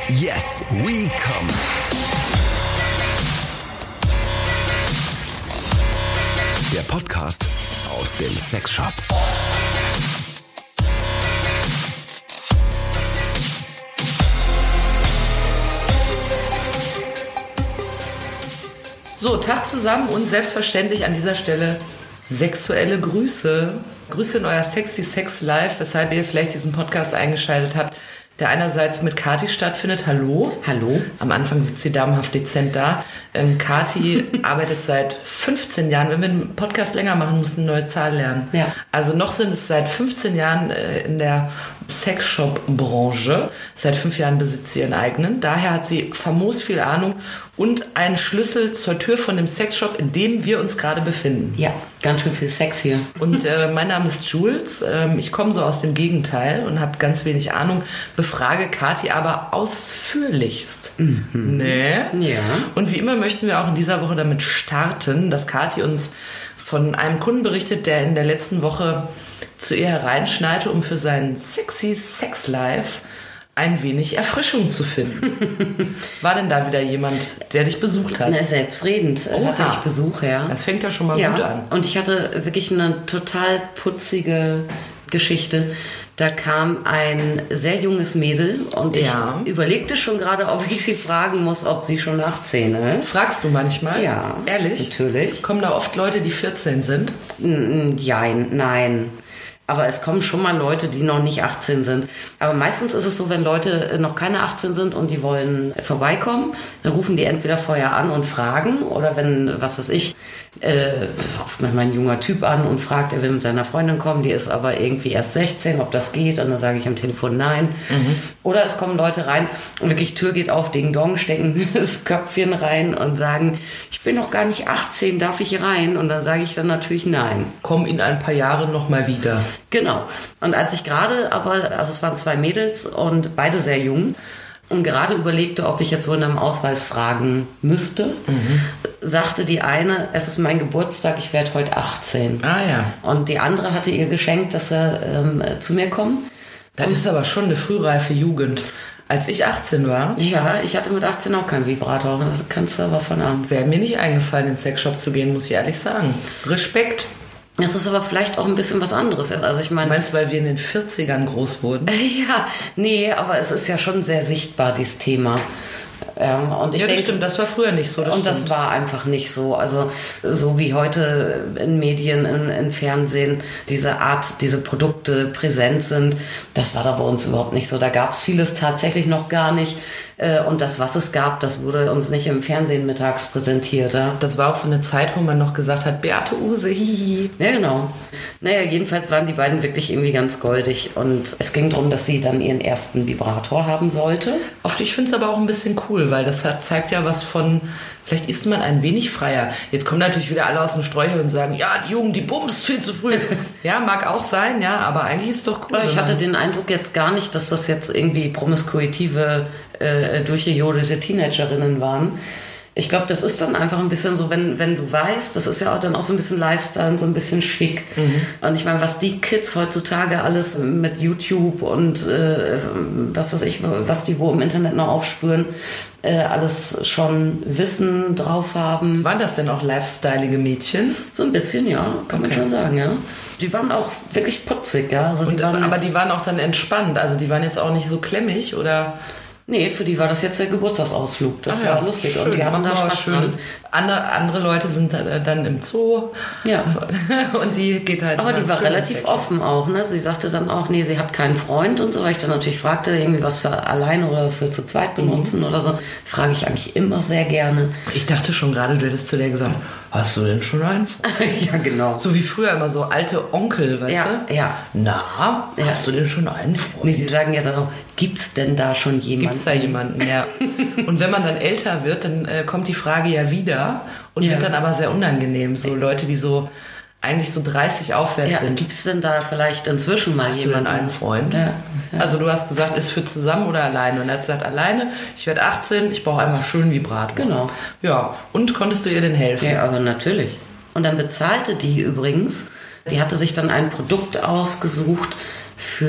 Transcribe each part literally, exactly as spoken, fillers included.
Yes, we come. Der Podcast aus dem Sexshop. So, Tag zusammen und selbstverständlich an dieser Stelle sexuelle Grüße. Grüße in euer Sexy Sex Live, weshalb ihr vielleicht diesen Podcast eingeschaltet habt, der einerseits mit Kati stattfindet. Hallo. Hallo. Am Anfang sitzt sie damenhaft dezent da. Ähm, Kati arbeitet seit fünfzehn Jahren. Wenn wir einen Podcast länger machen, müssen wir eine neue Zahl lernen. Ja. Also noch sind es seit fünfzehn Jahren äh, in der Sexshop-Branche. Seit fünf Jahren besitzt sie ihren eigenen. Daher hat sie famos viel Ahnung und einen Schlüssel zur Tür von dem Sexshop, in dem wir uns gerade befinden. Ja, ganz schön viel Sex hier. Und äh, mein Name ist Jules. Ähm, ich komme so aus dem Gegenteil und habe ganz wenig Ahnung. Befrage Kati aber ausführlichst. Mhm. Nee? Ja. Und wie immer möchten wir auch in dieser Woche damit starten, dass Kati uns von einem Kunden berichtet, der in der letzten Woche zu ihr hereinschneite, um für seinen Sexy Sex Life ein wenig Erfrischung zu finden. War denn da wieder jemand, der dich besucht hat? Na, selbstredend äh, hatte ich Besuch, ja. Das fängt ja schon mal ja. gut an. Und ich hatte wirklich eine total putzige Geschichte. Da kam ein sehr junges Mädel und ich Ja. überlegte schon gerade, ob ich sie fragen muss, ob sie schon achtzehn ist. Fragst du manchmal? Ja. Ehrlich? Natürlich. Kommen da oft Leute, die vierzehn sind? Jein, nein. Aber es kommen schon mal Leute, die noch nicht achtzehn sind. Aber meistens ist es so, wenn Leute noch keine achtzehn sind und die wollen vorbeikommen, dann rufen die entweder vorher an und fragen oder wenn, was weiß ich, äh, ruft manchmal ein junger Typ an und fragt, er will mit seiner Freundin kommen, die ist aber irgendwie erst sechzehn, ob das geht. Und dann sage ich am Telefon nein. Mhm. Oder es kommen Leute rein und wirklich Tür geht auf, Ding Dong, stecken das Köpfchen rein und sagen, ich bin noch gar nicht achtzehn, darf ich rein? Und dann sage ich dann natürlich nein. Komm in ein paar Jahren noch mal wieder. Genau. Und als ich gerade, aber, also es waren zwei Mädels und beide sehr jung und gerade überlegte, ob ich jetzt wohl nach dem Ausweis fragen müsste, mhm. sagte die eine, es ist mein Geburtstag, ich werde heute achtzehn. Ah ja. Und die andere hatte ihr geschenkt, dass sie ähm, zu mir kommen. Das ist aber schon eine frühreife Jugend. Als ich achtzehn war, Ja, ich hatte mit achtzehn auch keinen Vibrator, das kannst du aber von an. wäre mir nicht eingefallen, in den Sexshop zu gehen, muss ich ehrlich sagen. Respekt. Das ist aber vielleicht auch ein bisschen was anderes. Also ich meine, Meinst du, weil wir in den vierzigern groß wurden? ja, nee, aber es ist ja schon sehr sichtbar, dieses Thema. Ähm, und ich Ja, das denke, stimmt, das war früher nicht so. Das und das stimmt. war einfach nicht so. Also so wie heute in Medien, in, in Fernsehen diese Art, diese Produkte präsent sind, das war da bei uns überhaupt nicht so. Da gab es vieles tatsächlich noch gar nicht. Äh, Und das, was es gab, das wurde uns nicht im Fernsehen mittags präsentiert. Ja, Das war auch so eine Zeit, wo man noch gesagt hat, Beate Use, hihi. ja genau. Naja, jedenfalls waren die beiden wirklich irgendwie ganz goldig. Und es ging darum, dass sie dann ihren ersten Vibrator haben sollte. Oft, ich finde es aber auch ein bisschen cool, weil das hat, zeigt ja was von, vielleicht ist man ein wenig freier. Jetzt kommen natürlich wieder alle aus dem Sträucher und sagen, ja, die Jungen, die bumst viel zu früh. Ja, mag auch sein, ja, aber eigentlich ist es doch cool. Ich wenn hatte man- den Eindruck jetzt gar nicht, dass das jetzt irgendwie promiskuitive, äh, durchgejodelte Teenagerinnen waren. Ich glaube, das ist dann einfach ein bisschen so, wenn, wenn du weißt, das ist ja auch dann auch so ein bisschen Lifestyle, so ein bisschen schick. Mhm. Und ich meine, was die Kids heutzutage alles mit YouTube und äh, was weiß ich, was die wo im Internet noch aufspüren, äh, alles schon Wissen drauf haben. Waren das denn auch lifestyleige Mädchen? So ein bisschen, ja, kann man Okay. schon sagen, ja. Die waren auch wirklich putzig, ja. Also die Und, waren aber jetzt- die waren auch dann entspannt, also die waren jetzt auch nicht so klemmig, oder? Nee, für die war das jetzt der Geburtstagsausflug. Das Ach war ja, lustig. schön, Und die hatten machen da wir was Spaß Schönes. dran. Andere, andere Leute sind dann dann im Zoo. Ja. Und die geht halt. Aber die mal war schön relativ ins offen auch. Ne? Sie sagte dann auch, nee, sie hat keinen Freund und so. Weil ich dann natürlich fragte, irgendwie was für alleine oder für zu zweit benutzen mhm. oder so. Frage ich eigentlich immer sehr gerne. Ich dachte schon gerade, du hättest zu der gesagt, hast du denn schon einen Freund? Ja, genau. So wie früher immer so alte Onkel, weißt Ja, du? ja. Na, Ja. hast du denn schon einen Freund? Nee, die sagen ja dann auch, gibt's denn da schon jemanden? Gibt's da jemanden, ja. Und wenn man dann älter wird, dann äh, kommt die Frage ja wieder und Ja. wird dann aber sehr unangenehm. So Leute, die so eigentlich so dreißig aufwärts Ja, sind. gibt's denn da vielleicht inzwischen mal Hast du dann jemanden? einen Freund? Ja, ja. Also du hast gesagt, ist für zusammen oder alleine? Und er hat gesagt, alleine, ich werde achtzehn, ich brauche einfach schön Vibrator. Genau. Ja, und konntest du ihr denn helfen? Ja, aber natürlich. Und dann bezahlte die übrigens, die hatte sich dann ein Produkt ausgesucht für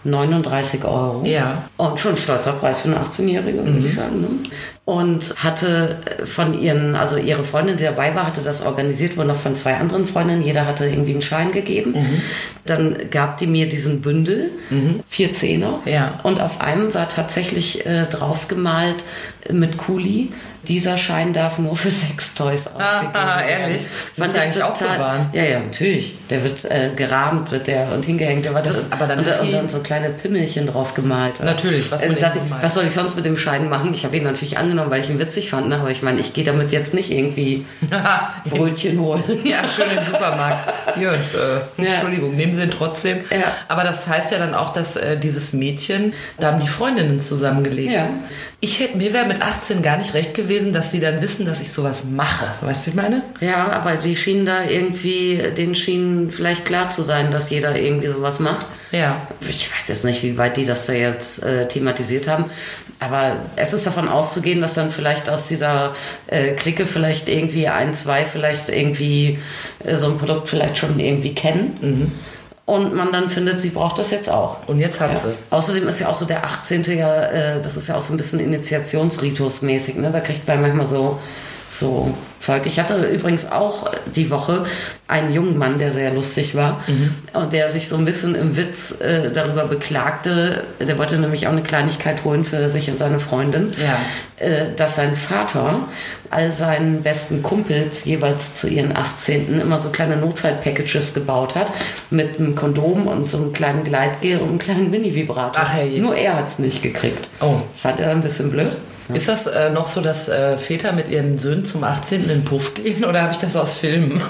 neununddreißig Euro. Ja. Und schon ein stolzer Preis für eine achtzehnjährige, würde ich sagen. Ne? Und hatte von ihren, also ihre Freundin, die dabei war, hatte das organisiert, wohl noch von zwei anderen Freundinnen. Jeder hatte irgendwie einen Schein gegeben. Mhm. Dann gab die mir diesen Bündel, mhm. vier Zehner. Ja. Und auf einem war tatsächlich äh, draufgemalt mit Kuli: dieser Schein darf nur für Sextoys ausgegeben werden. Ah, ehrlich? Das ist eigentlich auch bewahren. Ja, ja, natürlich. Der wird äh, gerahmt, wird der und hingehängt. Aber das, das, aber dann und, hat und die dann so kleine Pimmelchen drauf gemalt. Natürlich, was, also, das, so was soll ich sonst mit dem Schein machen? Ich habe ihn natürlich angenommen, weil ich ihn witzig fand. Ne? Aber ich meine, ich gehe damit jetzt nicht irgendwie Brötchen holen. Ja, schön im Supermarkt. Ja, äh, ja. Entschuldigung, nehmen Sie ihn trotzdem. Ja. Aber das heißt ja dann auch, dass äh, dieses Mädchen, da haben die Freundinnen zusammengelebt. Ja. Ich hätte, mir wäre mit achtzehn gar nicht recht gewesen, dass sie dann wissen, dass ich sowas mache. Weißt du, ich meine? Ja, aber die schienen da irgendwie, denen schien vielleicht klar zu sein, dass jeder irgendwie sowas macht. Ja. Ich weiß jetzt nicht, wie weit die das da jetzt äh, thematisiert haben. Aber es ist davon auszugehen, dass dann vielleicht aus dieser äh, Clique vielleicht irgendwie ein, zwei vielleicht irgendwie äh, so ein Produkt vielleicht schon irgendwie kennen. Mhm. Und man dann findet, sie braucht das jetzt auch. Und jetzt hat ja. sie. Außerdem ist ja auch so der achtzehnte ja, äh, das ist ja auch so ein bisschen Initiationsritus-mäßig. Ne? Da kriegt man manchmal so, so Zeug. Ich hatte übrigens auch die Woche einen jungen Mann, der sehr lustig war mhm. und der sich so ein bisschen im Witz äh, darüber beklagte. Der wollte nämlich auch eine Kleinigkeit holen für sich und seine Freundin, ja. äh, dass sein Vater all seinen besten Kumpels jeweils zu ihren achtzehnten immer so kleine Notfall-Packages gebaut hat mit einem Kondom und so einem kleinen Gleitgel und einem kleinen Mini-Vibrator. Ach, hey. Nur er hat es nicht gekriegt. Oh. Fand er ein bisschen blöd. Ja. Ist das äh, noch so, dass äh, Väter mit ihren Söhnen zum achtzehnten in den Puff gehen oder habe ich das aus Filmen?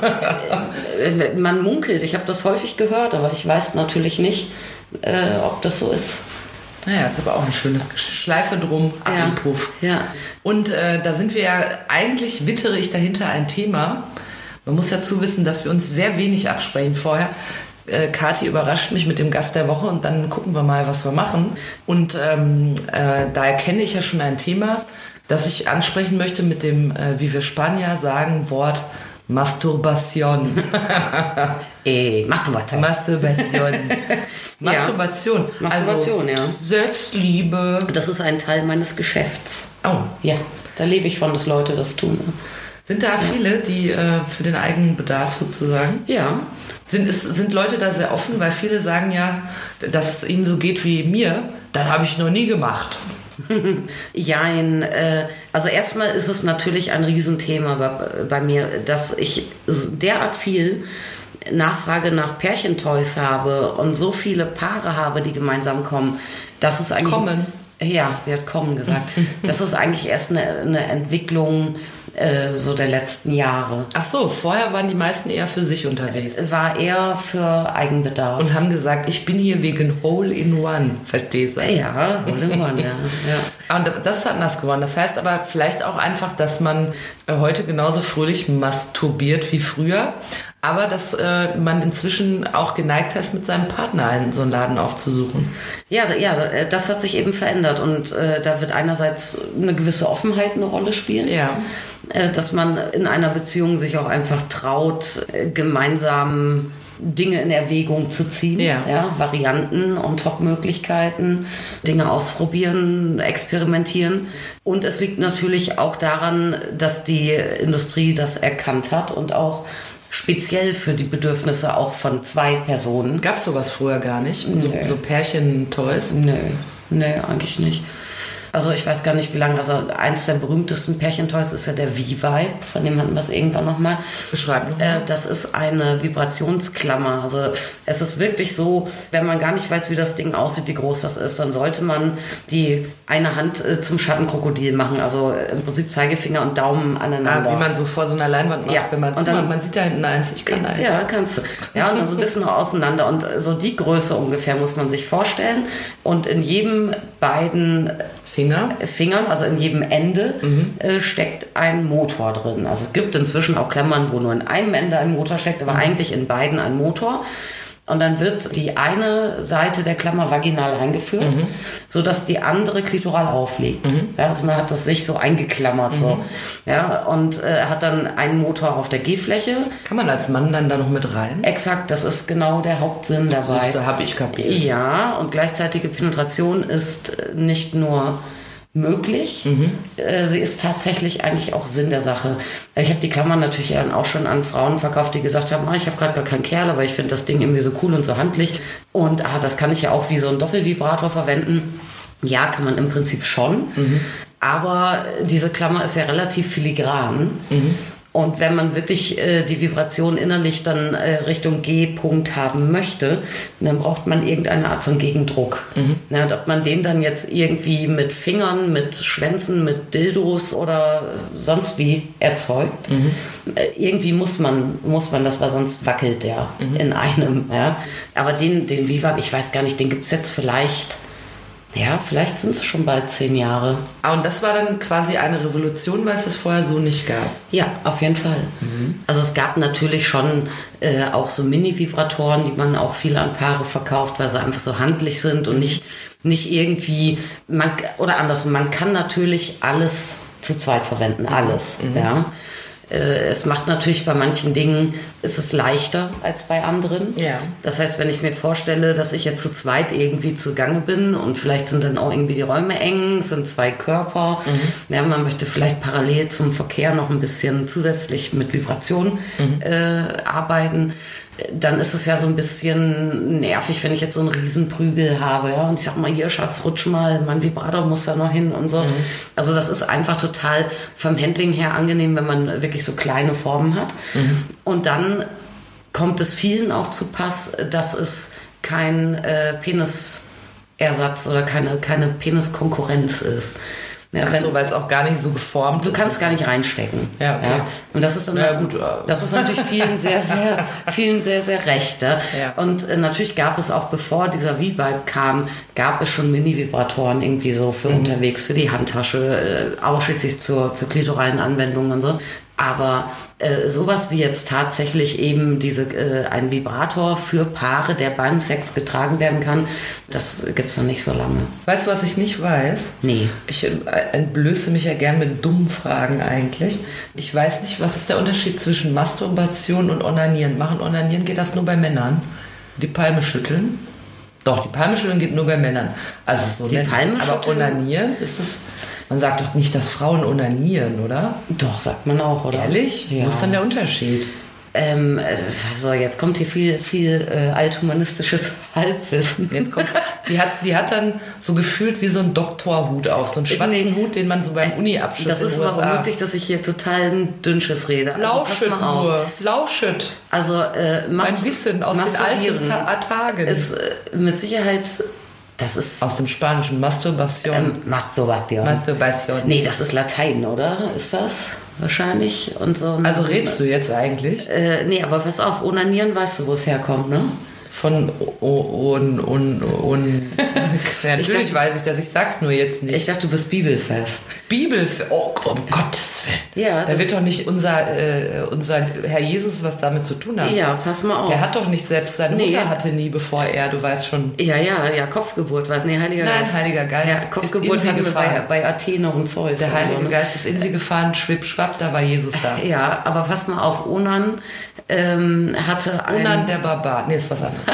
Man munkelt, ich habe das häufig gehört, aber ich weiß natürlich nicht, äh, ob das so ist. Naja, ist aber auch ein schönes Schleife drum, ab ja. im Puff. Ja. Und äh, da sind wir ja, eigentlich wittere ich dahinter ein Thema. Man muss dazu wissen, dass wir uns sehr wenig absprechen vorher. Äh, Kathi überrascht mich mit dem Gast der Woche und dann gucken wir mal, was wir machen. Und ähm, äh, da erkenne ich ja schon ein Thema, das ich ansprechen möchte mit dem, äh, wie wir Spanier sagen, Wort Masturbation. Ey, Masturbation. Masturbation. Masturbation. Ja. Masturbation, also, ja. Selbstliebe. Das ist ein Teil meines Geschäfts. Oh. Ja, da lebe ich von, dass Leute das tun. Sind da ja. viele, die äh, für den eigenen Bedarf sozusagen? Ja. Sind, ist, sind Leute da sehr offen, weil viele sagen ja, dass es ihnen so geht wie mir. Das habe ich noch nie gemacht. Ja, in, äh, also erstmal ist es natürlich ein Riesenthema bei, bei mir, dass ich derart viel Nachfrage nach Pärchentoys habe und so viele Paare habe, die gemeinsam kommen, dass es eigentlich... Kommen? Ja, sie hat kommen gesagt. Das ist eigentlich erst eine, eine Entwicklung äh, so der letzten Jahre. Ach so, vorher waren die meisten eher für sich unterwegs. War eher für Eigenbedarf. Und haben gesagt, ich bin hier wegen Hole in One, verstehst du? Ja, Hole in One, ja. ja. Und das ist anders geworden. Das heißt aber vielleicht auch einfach, dass man heute genauso fröhlich masturbiert wie früher, aber dass äh, man inzwischen auch geneigt ist, mit seinem Partner einen, so einen Laden aufzusuchen. Ja, ja, das hat sich eben verändert und äh, da wird einerseits eine gewisse Offenheit eine Rolle spielen. Ja. Äh, dass man in einer Beziehung sich auch einfach traut, äh, gemeinsam Dinge in Erwägung zu ziehen, ja. Ja, Varianten und Top-Möglichkeiten, Dinge ausprobieren, experimentieren. Und es liegt natürlich auch daran, dass die Industrie das erkannt hat und auch speziell für die Bedürfnisse auch von zwei Personen. Gab es sowas früher gar nicht? So, Nee. so Pärchen-Toys? Nee, nee, eigentlich nicht. Also ich weiß gar nicht, wie lange, also eins der berühmtesten Pärchentoys ist ja der V-Vibe, von dem hatten wir es irgendwann nochmal. Beschreib noch mal. Äh, das ist eine Vibrationsklammer. Also es ist wirklich so, wenn man gar nicht weiß, wie das Ding aussieht, wie groß das ist, dann sollte man die eine Hand äh, zum Schattenkrokodil machen. Also im Prinzip Zeigefinger und Daumen aneinander. Ah, wie man so vor so einer Leinwand macht, Ja. wenn man, Und dann- man, man sieht da hinten eins, ich kann eins. Ja, kannst du. Ja, und dann so ein bisschen noch auseinander. Und so die Größe ungefähr muss man sich vorstellen. Und in jedem beiden Finger? Fingern, also in jedem Ende, mhm. äh, steckt ein Motor drin. Also es gibt inzwischen auch Klammern, wo nur in einem Ende ein Motor steckt, aber mhm. eigentlich in beiden ein Motor. Und dann wird die eine Seite der Klammer vaginal eingeführt, mhm. sodass die andere klitoral aufliegt. Mhm. Ja, also man hat das sich so eingeklammert. Mhm. So. Ja, und äh, hat dann einen Motor auf der G-Fläche. Kann man als Mann dann da noch mit rein? Exakt, das ist genau der Hauptsinn dabei. Das habe ich kapiert. Ja, und gleichzeitige Penetration ist nicht nur möglich. Mhm. Äh, sie ist tatsächlich eigentlich auch Sinn der Sache. Ich habe die Klammern natürlich dann auch schon an Frauen verkauft, die gesagt haben, ah, ich habe gerade gar keinen Kerl, aber ich finde das Ding irgendwie so cool und so handlich. Und ah, das kann ich ja auch wie so ein Doppelvibrator verwenden. Ja, kann man im Prinzip schon. Mhm. Aber diese Klammer ist ja relativ filigran. Mhm. Und wenn man wirklich äh, die Vibration innerlich dann äh, Richtung G-Punkt haben möchte, dann braucht man irgendeine Art von Gegendruck. Mhm. Ja, und ob man den dann jetzt irgendwie mit Fingern, mit Schwänzen, mit Dildos oder sonst wie erzeugt, mhm. äh, irgendwie muss man, muss man das, weil sonst wackelt der mhm. in einem. Ja. Aber den, den Viva, ich weiß gar nicht, den gibt es jetzt vielleicht... Ja, vielleicht sind es schon bald zehn Jahre. Ah, und das war dann quasi eine Revolution, weil es das vorher so nicht gab? Ja, auf jeden Fall. Mhm. Also es gab natürlich schon äh, auch so Mini-Vibratoren, die man auch viel an Paare verkauft, weil sie einfach so handlich sind und nicht, nicht irgendwie, man, oder anders, man kann natürlich alles zu zweit verwenden, alles. Mhm. Ja. Es macht natürlich bei manchen Dingen, ist es leichter als bei anderen. Ja. Das heißt, wenn ich mir vorstelle, dass ich jetzt zu zweit irgendwie zugange bin und vielleicht sind dann auch irgendwie die Räume eng, es sind zwei Körper, mhm. ja, man möchte vielleicht parallel zum Verkehr noch ein bisschen zusätzlich mit Vibration mhm. äh, arbeiten, dann ist es ja so ein bisschen nervig, wenn ich jetzt so einen Riesenprügel habe, ja, und ich sag mal, hier, Schatz, rutsch mal, mein Vibrator muss da noch hin und so. Mhm. Also das ist einfach total vom Handling her angenehm, wenn man wirklich so kleine Formen hat. Mhm. Und dann kommt es vielen auch zu Pass, dass es kein äh, Penisersatz oder keine, keine Peniskonkurrenz ist. Ja, Ach so, weil es auch gar nicht so geformt ist. Du ist. kannst gar nicht reinstecken. Ja, okay. Ja. Und das ist dann ja, gut. Das ist natürlich vielen sehr, sehr, vielen sehr, sehr recht. Ja. Und äh, natürlich gab es auch, bevor dieser V-Vibe kam, gab es schon Mini-Vibratoren irgendwie so für mhm. unterwegs, für die Handtasche, äh, ausschließlich zur, zur klitoralen Anwendung und so. Aber äh, sowas wie jetzt tatsächlich eben diese äh, ein Vibrator für Paare, der beim Sex getragen werden kann, das gibt's noch nicht so lange. Weißt du, was ich nicht weiß? Nee. Ich äh, entblöße mich ja gern mit dummen Fragen eigentlich. Ich weiß nicht, was ist der Unterschied zwischen Masturbation und Onanieren? Machen Onanieren, geht das nur bei Männern? Die Palme schütteln? Doch, die Palme schütteln geht nur bei Männern. Also so die Palme schütteln? Aber Onanieren, ist das... Man sagt doch nicht, dass Frauen onanieren, oder? Doch, sagt man auch, oder? Ehrlich? Ja. Wo ist dann der Unterschied? Ähm, so, jetzt kommt hier viel, viel äh, althumanistisches Halbwissen. Jetzt kommt, die hat, die hat dann so gefühlt wie so ein Doktorhut auf, so einen schwarzen Hut, den man so beim Uni-Abschluss Das ist aber auch möglich, dass ich hier total ein Dünnsches rede. Also, lauschet nur, lauschet. Also, äh, mein Wissen aus den alten Tagen. Ist äh, mit Sicherheit... Das ist aus dem Spanischen, Masturbation. Ähm, Masturbation. Masturbation. Nee, das ist Latein, oder? Ist das wahrscheinlich? Und so. Also redest du jetzt eigentlich? Äh, nee, aber pass auf, Onanieren weißt du, wo es herkommt, ne? Von und und und ja, natürlich dachte, weiß ich das, ich sag's nur jetzt nicht. Ich dachte, du bist bibelfest. Bibelfest? Oh, um Gottes Willen. Ja, da wird doch nicht unser, äh, unser Herr Jesus was damit zu tun haben. Ja, pass mal auf. Der hat doch nicht selbst, seine nee. Mutter hatte nie, bevor er, du weißt schon. Ja, ja, ja, Kopfgeburt war es, nee, Heiliger Nein, Geist. Nein, Heiliger Geist. Ja, Kopfgeburt hatten wir bei, bei Athene und Zeus. Der Heilige so, ne? Geist ist in sie gefahren, schwipp, schwapp, da war Jesus da. Ja, aber pass mal auf, Onan ähm, hatte ein... Onan der Barbar, nee, ist was anderes.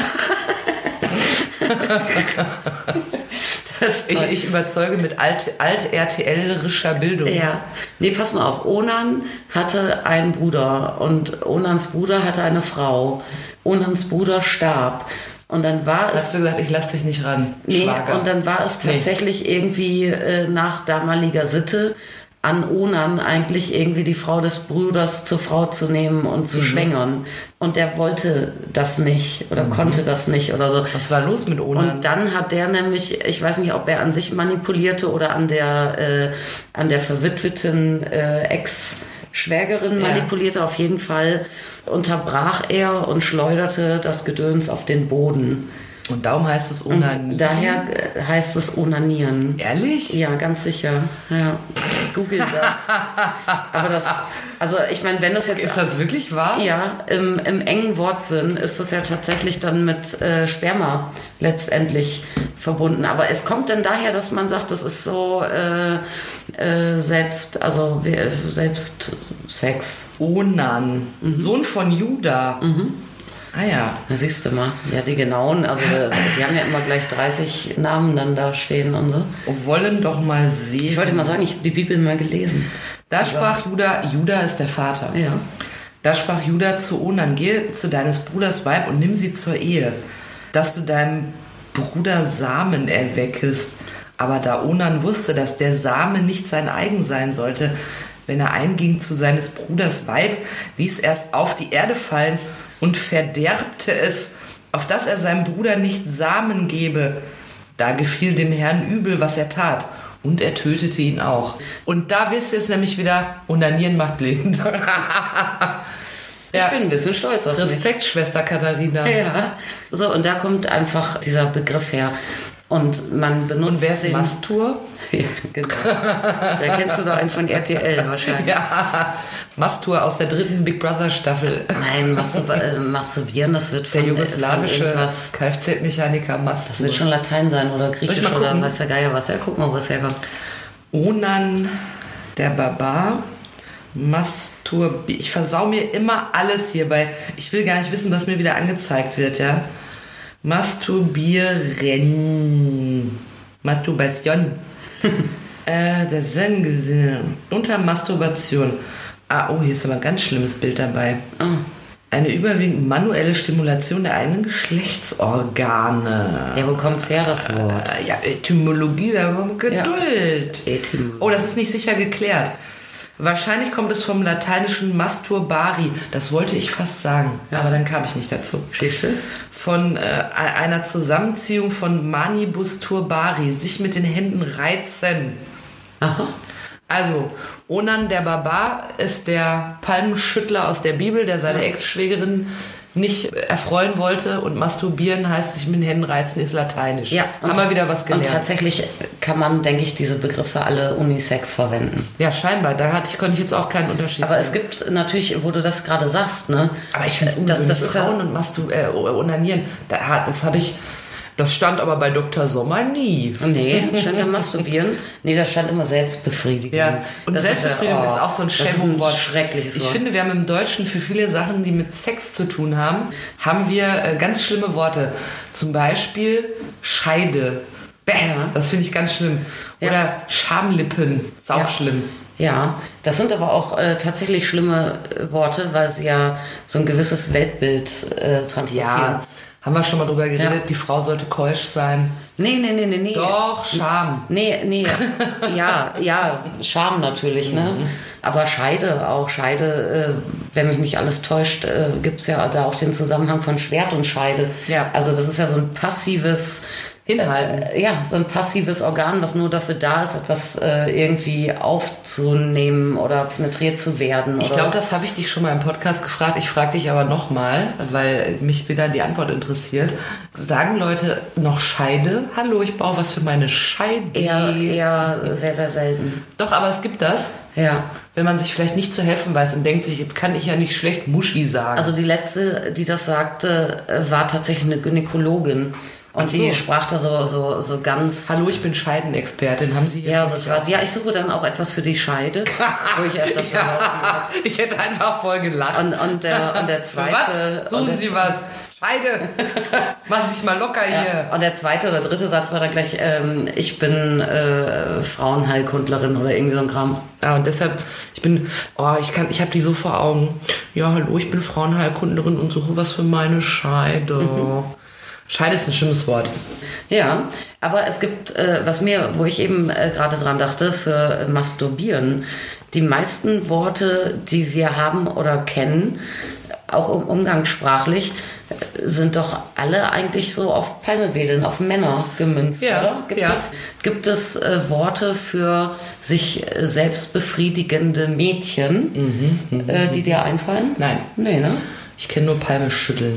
ich, ich überzeuge mit alt, alt-RTL-rischer Bildung. Ja, nee, pass mal auf. Onan hatte einen Bruder und Onans Bruder hatte eine Frau. Onans Bruder starb. Und dann war es... Hast du gesagt, ich lass dich nicht ran, nee, Schwager. Und dann war es tatsächlich nee. irgendwie äh, nach damaliger Sitte an Onan eigentlich irgendwie die Frau des Bruders zur Frau zu nehmen und zu mhm. schwängern. Und der wollte das nicht oder mhm. konnte das nicht oder so. Was war los mit Onan? Und dann hat der nämlich, ich weiß nicht, ob er an sich manipulierte oder an der, äh, an der verwitweten äh, Ex-Schwägerin ja. manipulierte. Auf jeden Fall unterbrach er und schleuderte das Gedöns auf den Boden. Und darum heißt es Onanieren? Und daher heißt es Onanieren. Ehrlich? Ja, ganz sicher. Ja. Google das. Aber das, also ich meine, wenn das jetzt... Ist das wirklich wahr? Ja, im, im engen Wortsinn ist das ja tatsächlich dann mit äh, Sperma letztendlich verbunden. Aber es kommt dann daher, dass man sagt, das ist so äh, äh, selbst, also selbst Sex. Onan, mhm. Sohn von Juda. Mhm. Ah ja. Da siehst du mal. Ja, die genauen, also die haben ja immer gleich dreißig Namen dann da stehen und so. Wollen doch mal sehen. Ich wollte mal sagen, ich habe die Bibel mal gelesen. Da sprach Juda, Juda ist der Vater. Ja. Da sprach Juda zu Onan, geh zu deines Bruders Weib und nimm sie zur Ehe, dass du deinem Bruder Samen erweckest. Aber da Onan wusste, dass der Same nicht sein eigen sein sollte, wenn er einging zu seines Bruders Weib, ließ er es auf die Erde fallen und verderbte es, auf dass er seinem Bruder nicht Samen gebe. Da gefiel dem Herrn übel, was er tat. Und er tötete ihn auch. Und da wisst ihr es nämlich wieder, Onanieren macht blind. Ja. Ich bin ein bisschen stolz auf Respekt, mich. Schwester Katharina. Ja. So, und da kommt einfach dieser Begriff her. Und man benutzt Und wer ist den... Mastur? Ja, genau. Da kennst du doch einen von R T L wahrscheinlich. Ja, Mastur aus der dritten Big Brother Staffel. Nein, Mastur, äh, masturbieren, das wird Der von, jugoslawische von irgendwas... Kfz-Mechaniker Mastur. Das wird schon Latein sein oder Griechisch oder weiß der Geier was. Ja, guck mal, wo es herkommt. Onan, der Barbar, Mastur... Ich versau mir immer alles hierbei. Ich will gar nicht wissen, was mir wieder angezeigt wird, ja. Masturbieren. Masturbation. äh, der Sinn unter Masturbation. Ah, oh, hier ist aber ein ganz schlimmes Bild dabei. Oh. Eine überwiegend manuelle Stimulation der eigenen Geschlechtsorgane. Ja, wo kommt's her, das Wort? Äh, ja, Etymologie, da haben wir Geduld. Ja. Etymologie. Oh, das ist nicht sicher geklärt. Wahrscheinlich kommt es vom lateinischen masturbari. Das wollte ich fast sagen, ja. Aber dann kam ich nicht dazu. Schiffe? Von äh, einer Zusammenziehung von manibus turbari, sich mit den Händen reizen. Aha. Also, Onan der Barbar ist der Palmenschüttler aus der Bibel, der seine Ex-Schwägerin nicht erfreuen wollte, und masturbieren heißt sich mit den Händen reizen, ist lateinisch. Ja, haben wir wieder was gelernt. Und tatsächlich kann man, denke ich, diese Begriffe alle unisex verwenden. Ja, scheinbar. Da hatte ich, konnte ich jetzt auch keinen Unterschied Aber sehen. es gibt natürlich, wo du das gerade sagst, ne? Aber ich finde es das, ungewöhnlich, das ist Frauen ja, und Mastur äh, Onanieren. Da, das habe ich... Das stand aber bei Doktor Sommer nie. Nee, stand da masturbieren? Nee, da stand immer Selbstbefriedigung. Ja, und das Selbstbefriedigung ist, ja, oh, ist auch so ein Schämungswort. Das ist ein schreckliches Wort. Ich finde, wir haben im Deutschen für viele Sachen, die mit Sex zu tun haben, haben wir äh, ganz schlimme Worte. Zum Beispiel Scheide. Bäh, Ja. Das finde ich ganz schlimm. Oder Ja. Schamlippen. Ist auch Ja. schlimm. Ja, das sind aber auch äh, tatsächlich schlimme äh, Worte, weil sie ja so ein gewisses Weltbild äh, transportieren. Ja, haben wir schon mal drüber geredet. Ja. Die Frau sollte keusch sein. Nee, nee, nee, nee, nee. Doch, Scham. Nee, nee, ja, ja, Scham natürlich, ne? Aber Scheide auch, Scheide, äh, wenn mich nicht alles täuscht, äh, gibt es ja da auch den Zusammenhang von Schwert und Scheide. Ja. Also das ist ja so ein passives... Hinhalten. Äh, ja, so ein passives Organ, was nur dafür da ist, etwas äh, irgendwie aufzunehmen oder penetriert zu werden. Ich glaube, das habe ich dich schon mal im Podcast gefragt. Ich frage dich aber nochmal, weil mich wieder die Antwort interessiert. Sagen Leute noch Scheide? Hallo, ich baue was für meine Scheide. eher, eher sehr, sehr selten. Doch, aber es gibt das. Ja. Wenn man sich vielleicht nicht zu helfen weiß und denkt sich, jetzt kann ich ja nicht schlecht Muschi sagen. Also die letzte, die das sagte, äh, war tatsächlich eine Gynäkologin. Und Ach so. die sprach da so, so, so ganz... Hallo, ich bin Scheidenexpertin. Haben Sie hier Ja, für so mich quasi. Ja, ich suche dann auch etwas für die Scheide. Wo ich erst das ja, ich hätte einfach voll gelacht. und, und, der, und der zweite... Was? Suchen und der, Sie was? Scheide! Machen Sie sich mal locker hier. ja, und der zweite oder dritte Satz war dann gleich, ähm, ich bin äh, Frauenheilkundlerin oder irgendwie so ein Kram. Ja, und deshalb, ich bin, oh, ich kann, ich habe die so vor Augen. Ja, hallo, ich bin Frauenheilkundlerin und suche was für meine Scheide. Mhm. Scheide ist ein schlimmes Wort. Ja, aber es gibt, äh, was mir, wo ich eben äh, gerade dran dachte, für äh, Masturbieren, die meisten Worte, die wir haben oder kennen, auch um, umgangssprachlich, äh, sind doch alle eigentlich so auf Palmewedeln, auf Männer gemünzt, Ja, oder? Gibt ja. es, gibt es äh, Worte für sich äh, selbst befriedigende Mädchen, Mhm, äh, die dir einfallen? Nein. Nee, ne? Ich kenne nur Palme schütteln.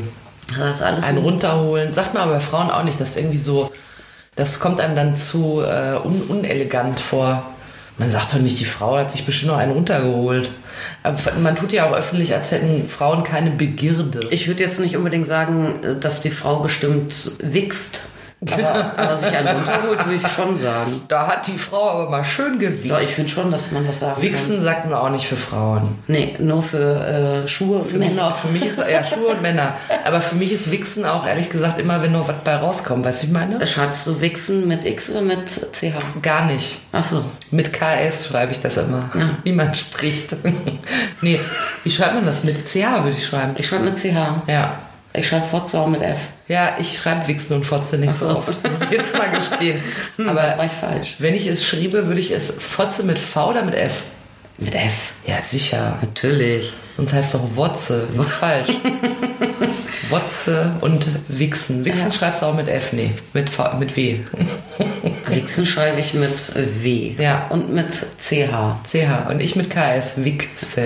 Das ist alles Ein so. runterholen. Sagt man aber bei Frauen auch nicht. Das ist irgendwie so, das kommt einem dann zu äh, un unelegant vor. Man sagt doch nicht, die Frau hat sich bestimmt noch einen runtergeholt. Aber man tut ja auch öffentlich, als hätten Frauen keine Begierde. Ich würde jetzt nicht unbedingt sagen, dass die Frau bestimmt wichst. Aber, aber sich einen runterholt, würde ich schon sagen. Da hat die Frau aber mal schön gewichst. Doch, ich finde schon, dass man das sagen Wichsen kann. sagt man auch nicht für Frauen. Nee, nur für äh, Schuhe für Mich, Männer. für mich ist ja Schuhe und Männer. Aber für mich ist Wichsen auch ehrlich gesagt immer, wenn noch was bei rauskommt. Weißt du, wie ich meine? Schreibst du Wichsen mit X oder mit C H? Gar nicht. Ach so. Mit K S schreibe ich das immer. Ja. Wie man spricht. Nee, wie schreibt man das? Mit C H würde ich schreiben. Ich schreibe mit C H. Ja. Ich schreibe Fotze auch mit F. Ja, ich schreibe Wichsen und Fotze nicht so Ach so. oft. Muss ich jetzt mal gestehen. Hm, Aber das war ich falsch. wenn ich es schriebe, würde ich es Fotze mit V oder mit F? Mit F. Ja, sicher. Natürlich. Sonst heißt doch Wotze. Das ist falsch. Wotze und Wichsen. Wichsen Ja. schreibst du auch mit F? Nee, mit, v, mit W. Wichsen schreibe ich mit W. Ja. Und mit C H. C H. Und ich mit K S. Wichsen.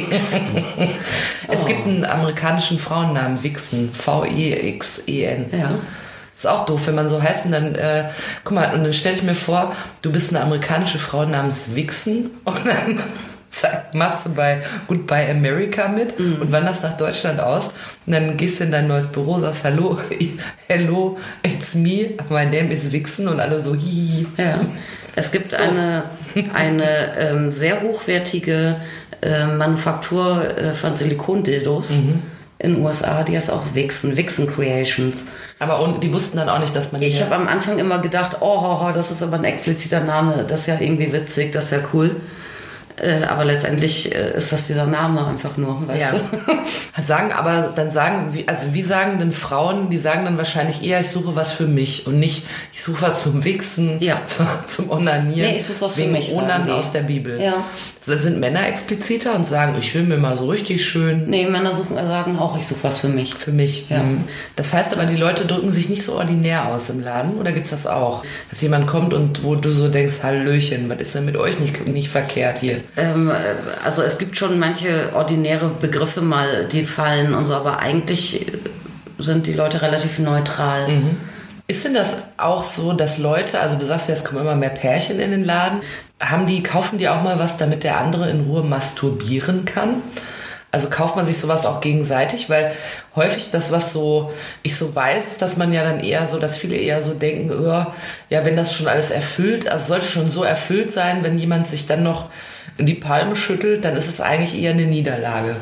Es Oh. gibt einen amerikanischen Frauennamen, Wichsen. V E X E N. Ja. Ist auch doof, wenn man so heißt. Und dann, äh, guck mal, und dann stell ich mir vor, du bist eine amerikanische Frau namens Wichsen. Und dann zack, machst du bei Goodbye America mit Mhm. und wanderst nach Deutschland aus. Und dann gehst du in dein neues Büro, sagst, hallo, hello, it's me, my name is Wichsen. Und alle so, hihi. Ja. Es gibt eine, eine ähm, sehr hochwertige äh, Manufaktur äh, von Silikondildos Mhm. in den U S A, die heißt auch Wichsen, Wichsen Creations. Aber und, die wussten dann auch nicht, dass man... Ich hier- habe am Anfang immer gedacht, oh, ho, ho, das ist aber ein expliziter Name, das ist ja irgendwie witzig, das ist ja cool. Äh, aber letztendlich äh, ist das dieser Name einfach nur, weißt Ja. du? Sagen aber, dann sagen, wie- also wie sagen denn Frauen, die sagen dann wahrscheinlich eher, ich suche was für mich und nicht, ich suche was zum Wichsen, Ja. zum, zum Onanieren, Nee, ich suche was für wegen mich, sagen Onan die. aus der Bibel. Ja. Da sind Männer expliziter und sagen, ich will mir mal so richtig schön Nee, Männer suchen, sagen auch, ich suche was für mich. für mich. Ja. Mhm. Das heißt aber, die Leute drücken sich nicht so ordinär aus im Laden, oder gibt's das auch? Dass jemand kommt und wo du so denkst, Hallöchen, was ist denn mit euch nicht, nicht verkehrt hier? Ähm, also es gibt schon manche ordinäre Begriffe mal, die fallen und so, aber eigentlich sind die Leute relativ neutral. Ist denn das auch so, dass Leute, also du sagst ja, es kommen immer mehr Pärchen in den Laden, haben die, kaufen die auch mal was, damit der andere in Ruhe masturbieren kann? Also kauft man sich sowas auch gegenseitig? Weil häufig das, was so ich so weiß, ist, dass man ja dann eher so, dass viele eher so denken, oh, ja, wenn das schon alles erfüllt, also sollte schon so erfüllt sein, wenn jemand sich dann noch in die Palme schüttelt, dann ist es eigentlich eher eine Niederlage.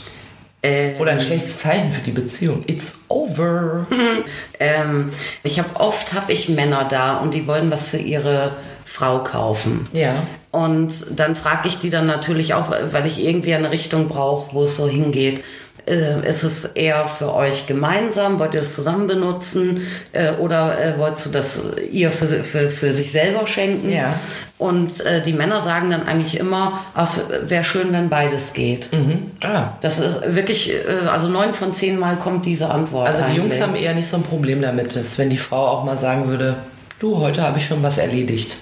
Ähm, Oder ein schlechtes Zeichen für die Beziehung. It's over. ähm, ich habe oft habe ich Männer da und die wollen was für ihre Frau kaufen. Ja. Und dann frage ich die dann natürlich auch, weil ich irgendwie eine Richtung brauche, wo es so hingeht. Äh, ist es eher für euch gemeinsam? Wollt ihr es zusammen benutzen? Äh, oder äh, wolltest du das ihr für, für, für sich selber schenken? Ja. Und äh, die Männer sagen dann eigentlich immer, es wäre schön, wenn beides geht. Mhm. Ah. Das ist wirklich, äh, also neun von zehn Mal kommt diese Antwort. Also die eigentlich. Jungs haben eher nicht so ein Problem damit, dass wenn die Frau auch mal sagen würde, du, heute habe ich schon was erledigt.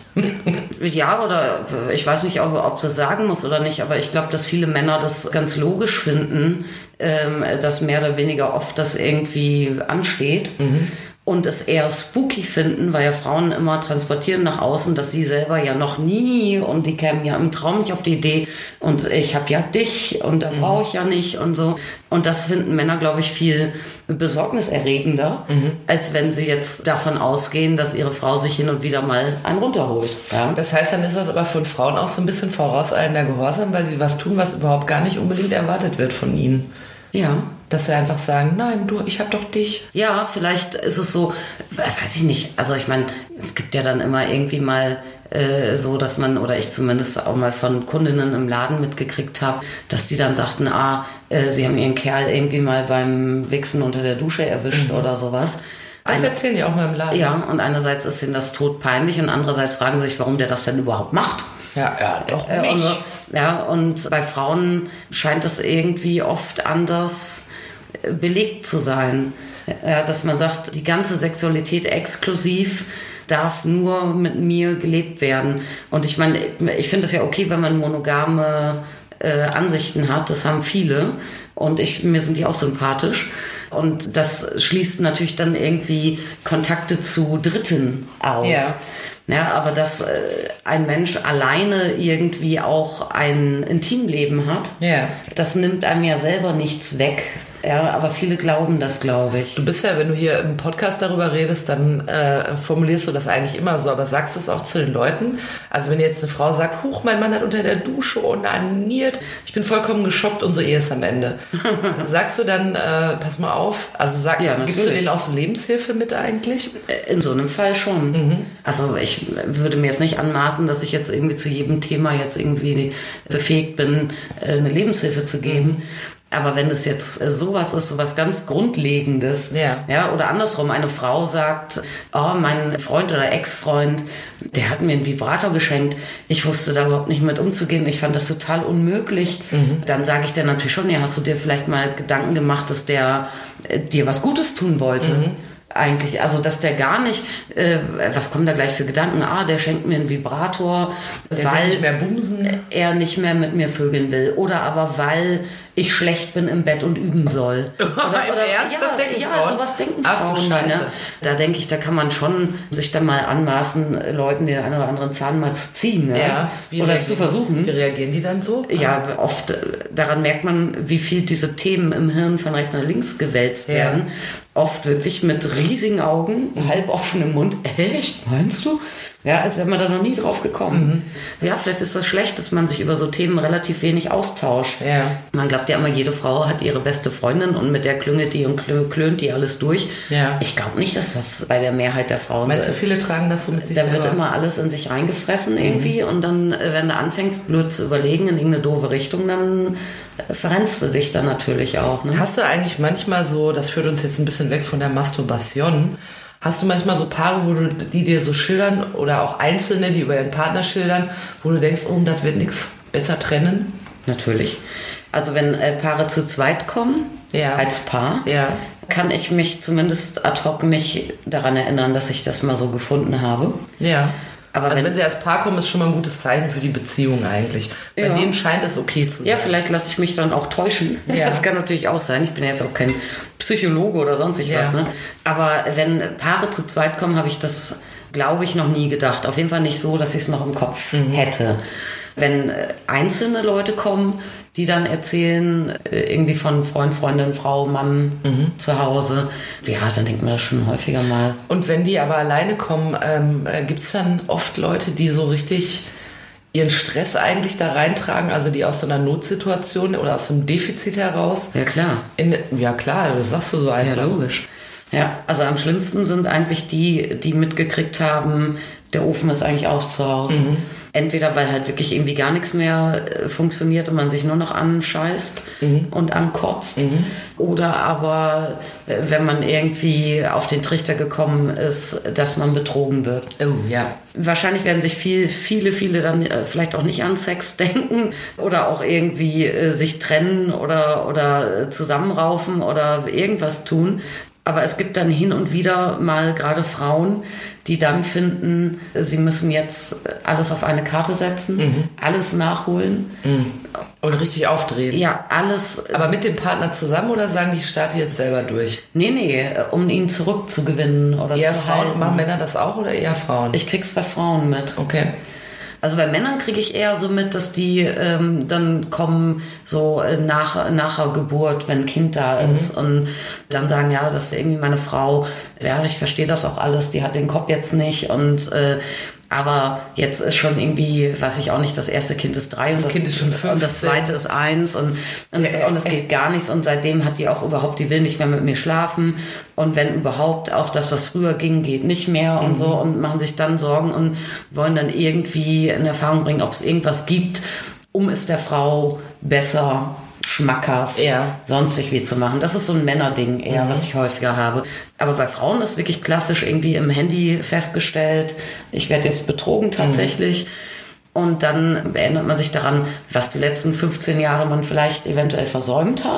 Ja, oder ich weiß nicht, ob, ob sie sagen muss oder nicht, aber ich glaube, dass viele Männer das ganz logisch finden, ähm, dass mehr oder weniger oft das irgendwie ansteht. Und es eher spooky finden, weil ja Frauen immer transportieren nach außen, dass sie selber ja noch nie und die kämen ja im Traum nicht auf die Idee und ich habe ja dich und da brauche ich ja nicht und so. Und das finden Männer, glaube ich, viel besorgniserregender, mhm. als wenn sie jetzt davon ausgehen, dass ihre Frau sich hin und wieder mal einen runterholt. Ja? Das heißt, dann ist das aber von Frauen auch so ein bisschen vorauseilender Gehorsam, weil sie was tun, was überhaupt gar nicht unbedingt erwartet wird von ihnen. Ja. Dass sie einfach sagen, nein, du, ich hab doch dich. Ja, vielleicht ist es so, weiß ich nicht. Also ich meine, es gibt ja dann immer irgendwie mal äh, so, dass man, oder ich zumindest auch mal von Kundinnen im Laden mitgekriegt habe, dass die dann sagten, ah, äh, sie haben ihren Kerl irgendwie mal beim Wichsen unter der Dusche erwischt mhm. oder sowas. Das Eine, erzählen die auch mal im Laden. Ja, und einerseits ist ihnen das todpeinlich und andererseits fragen sie sich, warum der das denn überhaupt macht. Ja, ja, doch Äh, mich. und, ja, und bei Frauen scheint es irgendwie oft anders belegt zu sein, ja, dass man sagt, die ganze Sexualität exklusiv darf nur mit mir gelebt werden. Und ich meine, ich finde es ja okay, wenn man monogame äh, Ansichten hat, das haben viele und ich, mir sind die auch sympathisch. Und das schließt natürlich dann irgendwie Kontakte zu Dritten aus. Ja. Ja, aber dass äh, ein Mensch alleine irgendwie auch ein Intimleben hat, Ja. das nimmt einem ja selber nichts weg. Ja, aber viele glauben das, glaube ich. Du bist ja, wenn du hier im Podcast darüber redest, dann äh, formulierst du das eigentlich immer so, aber sagst du es auch zu den Leuten? Also wenn jetzt eine Frau sagt, huch, mein Mann hat unter der Dusche onaniert, ich bin vollkommen geschockt, unsere Ehe ist am Ende. Sagst du dann, äh, pass mal auf, also sag, Ja, gibst du natürlich. denen auch so Lebenshilfe mit eigentlich? In so einem Fall schon. Mhm. Also ich würde mir jetzt nicht anmaßen, dass ich jetzt irgendwie zu jedem Thema jetzt irgendwie befähigt bin, äh, eine Lebenshilfe zu geben. Mhm. Aber wenn es jetzt äh, sowas ist, sowas ganz Grundlegendes, Ja. ja, oder andersrum, eine Frau sagt, oh, mein Freund oder Ex-Freund, der hat mir einen Vibrator geschenkt, ich wusste da überhaupt nicht mit umzugehen, ich fand das total unmöglich, Mhm. dann sage ich dir natürlich schon, ja, hast du dir vielleicht mal Gedanken gemacht, dass der äh, dir was Gutes tun wollte? Mhm. Eigentlich, also dass der gar nicht, äh, was kommen da gleich für Gedanken? Ah, der schenkt mir einen Vibrator, Der weil will nicht mehr bumsen. er nicht mehr mit mir vögeln will. Oder aber weil ich schlecht bin im Bett und üben soll. Oder, Im Ernst? Ja, Das denken ja, Frauen? sowas denken Ach, du Frauen. dann, Scheiße. ne? Da denke ich, da kann man schon sich dann mal anmaßen, Leuten den einen oder anderen Zahn mal zu ziehen. Ne? Ja. Wie Oder es zu reagieren- versuchen. Wie reagieren die dann so? Ja, oft äh, daran merkt man, wie viel diese Themen im Hirn von rechts nach links gewälzt Ja. werden. Oft wirklich mit riesigen Augen, halb offenem Mund. Echt, meinst du? Ja, als wäre man da noch nie drauf gekommen. Ja, vielleicht ist das schlecht, dass man sich über so Themen relativ wenig austauscht. Ja. Man glaubt ja immer, jede Frau hat ihre beste Freundin und mit der klüngelt die und klö- klönt die alles durch. Ja. Ich glaube nicht, dass das bei der Mehrheit der Frauen Meinst so du, ist. viele tragen das so mit sich Da selber? wird immer alles in sich reingefressen irgendwie und dann, äh, wenn du anfängst, blöd zu überlegen in irgendeine doofe Richtung, dann äh, verrennst du dich dann natürlich auch. Ne? Hast du eigentlich manchmal so, das führt uns jetzt ein bisschen weg von der Masturbation, hast du manchmal so Paare, wo du, die dir so schildern oder auch Einzelne, die über ihren Partner schildern, wo du denkst, oh, das wird nichts, besser trennen? Natürlich. Also wenn äh, Paare zu zweit kommen, Ja. als Paar, Ja. kann ich mich zumindest ad hoc nicht daran erinnern, dass ich das mal so gefunden habe. Ja. Aber also wenn- wenn, sie als Paar kommen, ist schon mal ein gutes Zeichen für die Beziehung eigentlich. Bei Ja. denen scheint es okay zu sein. Ja, vielleicht lasse ich mich dann auch täuschen. Ja. Das kann natürlich auch sein. Ich bin ja jetzt auch kein Psychologe oder sonstig Ja. was. Ne? Aber wenn Paare zu zweit kommen, habe ich das, glaube ich, noch nie gedacht. Auf jeden Fall nicht so, dass ich es noch im Kopf Mhm. hätte. Wenn äh, einzelne Leute kommen, die dann erzählen, äh, irgendwie von Freund, Freundin, Frau, Mann Mhm. zu Hause, ja, dann denkt man das schon häufiger mal. Und wenn die aber alleine kommen, ähm, äh, gibt es dann oft Leute, die so richtig ihren Stress eigentlich da reintragen, also die aus so einer Notsituation oder aus so einem Defizit heraus? Ja, klar. In, ja klar, das sagst du so Ja, einfach. logisch. Ja, also am schlimmsten sind eigentlich die, die mitgekriegt haben, der Ofen ist eigentlich aus zu Hause. Mhm. Entweder weil halt wirklich irgendwie gar nichts mehr äh, funktioniert und man sich nur noch anscheißt Mhm. und ankotzt. Oder aber, äh, wenn man irgendwie auf den Trichter gekommen ist, dass man betrogen wird. Oh ja. Wahrscheinlich werden sich viel, viele, viele dann äh, vielleicht auch nicht an Sex denken oder auch irgendwie äh, sich trennen oder, oder äh, zusammenraufen oder irgendwas tun. Aber es gibt dann hin und wieder mal gerade Frauen, die dann finden, sie müssen jetzt alles auf eine Karte setzen, alles nachholen. Und richtig aufdrehen. Ja, alles. Aber mit dem Partner zusammen oder sagen die, ich starte jetzt selber durch? Nee, nee, um ihn zurückzugewinnen oder Eher zu Frauen, halten. machen Männer das auch oder eher Frauen? Ich krieg's bei Frauen mit. Okay. Also bei Männern kriege ich eher so mit, dass die ähm, dann kommen so äh, nach, nach der Geburt, wenn ein Kind da ist und dann sagen, ja, das ist irgendwie meine Frau, ja, ich verstehe das auch alles, die hat den Kopf jetzt nicht und äh, aber jetzt ist schon irgendwie, weiß ich auch nicht, das erste Kind ist drei und das, Kind ist schon und das fünfzehn. zweite ist eins und, und, es, und es geht gar nichts und seitdem hat die auch überhaupt, die will nicht mehr mit mir schlafen und wenn überhaupt auch das, was früher ging, geht nicht mehr und so und machen sich dann Sorgen und wollen dann irgendwie in Erfahrung bringen, ob es irgendwas gibt, um es der Frau besser schmackhaft, Ja. sonstig wie zu machen. Das ist so ein Männerding eher, was ich häufiger habe. Aber bei Frauen ist wirklich klassisch irgendwie im Handy festgestellt, ich werde jetzt betrogen tatsächlich. Und dann erinnert man sich daran, was die letzten fünfzehn Jahre man vielleicht eventuell versäumt hat.